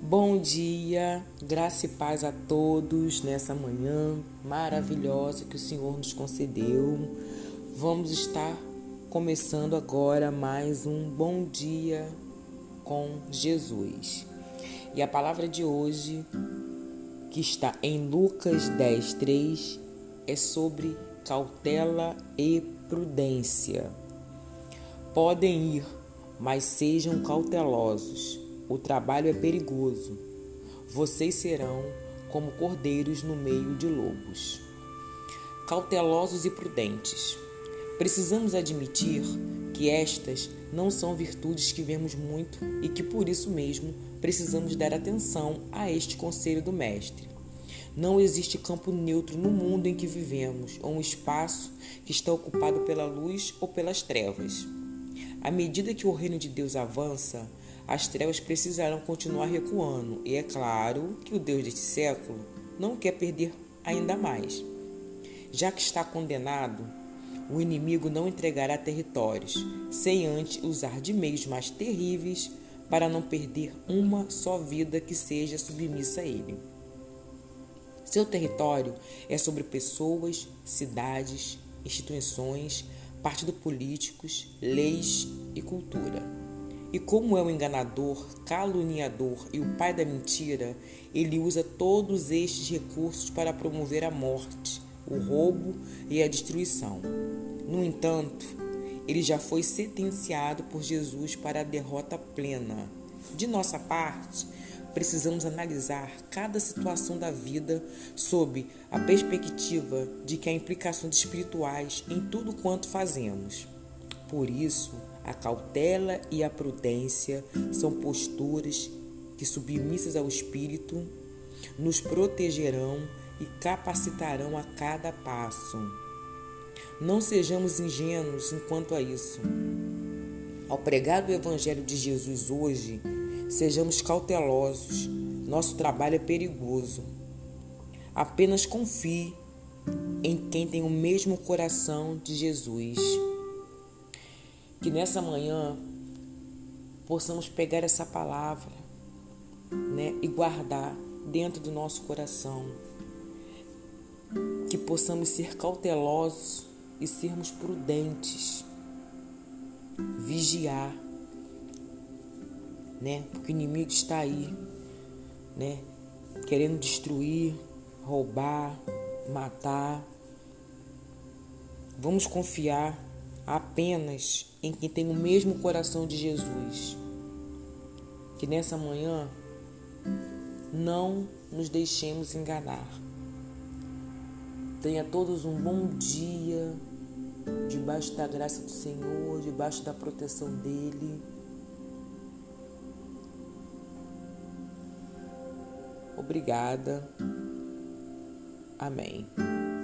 Bom dia, graça e paz a todos nessa manhã maravilhosa que o Senhor nos concedeu. Vamos estar começando agora mais um Bom Dia com Jesus. E a palavra de hoje, que está em Lucas 10:3, é sobre cautela e prudência. Podem ir, mas sejam cautelosos. O trabalho é perigoso. Vocês serão como cordeiros no meio de lobos. Cautelosos e prudentes. Precisamos admitir que estas não são virtudes que vemos muito e que por isso mesmo precisamos dar atenção a este conselho do Mestre. Não existe campo neutro no mundo em que vivemos, ou um espaço que está ocupado pela luz ou pelas trevas. À medida que o reino de Deus avança, as trevas precisarão continuar recuando, e é claro que o Deus deste século não quer perder ainda mais. Já que está condenado, o inimigo não entregará territórios, sem antes usar de meios mais terríveis para não perder uma só vida que seja submissa a ele. Seu território é sobre pessoas, cidades, instituições, partidos políticos, leis e cultura. E como é o enganador, caluniador e o pai da mentira, ele usa todos estes recursos para promover a morte, o roubo e a destruição. No entanto, ele já foi sentenciado por Jesus para a derrota plena. De nossa parte, precisamos analisar cada situação da vida sob a perspectiva de que há implicações espirituais em tudo quanto fazemos. Por isso, a cautela e a prudência são posturas que, submissas ao Espírito, nos protegerão e capacitarão a cada passo. Não sejamos ingênuos enquanto a isso. Ao pregar o Evangelho de Jesus hoje, sejamos cautelosos. Nosso trabalho é perigoso. Apenas confie em quem tem o mesmo coração de Jesus. Que nessa manhã possamos pegar essa palavra, e guardar dentro do nosso coração. Que possamos ser cautelosos e sermos prudentes. Vigiar, porque o inimigo está aí, querendo destruir, roubar, matar. Vamos confiar apenas em quem tem o mesmo coração de Jesus. Que nessa manhã não nos deixemos enganar. Tenha todos um bom dia, debaixo da graça do Senhor, debaixo da proteção dEle. Obrigada. Amém.